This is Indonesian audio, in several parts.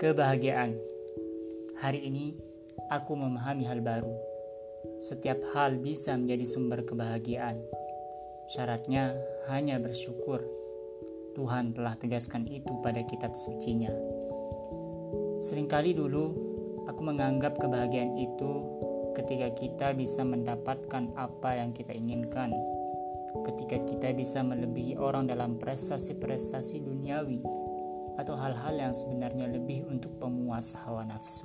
Kebahagiaan. Hari ini aku memahami hal baru. Setiap hal bisa menjadi sumber kebahagiaan. Syaratnya hanya bersyukur. Tuhan telah tegaskan itu pada kitab sucinya. Seringkali dulu aku menganggap kebahagiaan itu ketika kita bisa mendapatkan apa yang kita inginkan, ketika kita bisa melebihi orang dalam prestasi-prestasi duniawi, atau hal-hal yang sebenarnya lebih untuk pemuas hawa nafsu.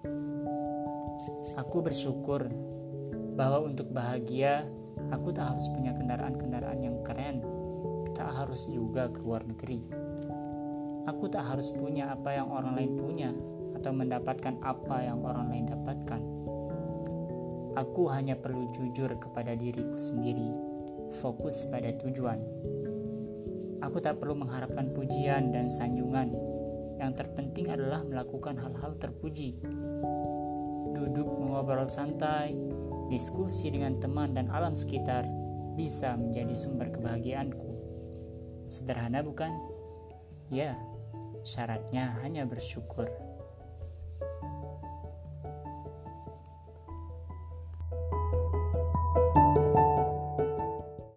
Aku bersyukur bahwa untuk bahagia, aku tak harus punya kendaraan-kendaraan yang keren, tak harus juga ke luar negeri. Aku tak harus punya apa yang orang lain punya, atau mendapatkan apa yang orang lain dapatkan. Aku hanya perlu jujur kepada diriku sendiri, fokus pada tujuan. Aku tak perlu mengharapkan pujian dan sanjungan. Yang terpenting adalah melakukan hal-hal terpuji. Duduk mengobrol santai, diskusi dengan teman dan alam sekitar bisa menjadi sumber kebahagiaanku. Sederhana bukan? Ya, syaratnya hanya bersyukur.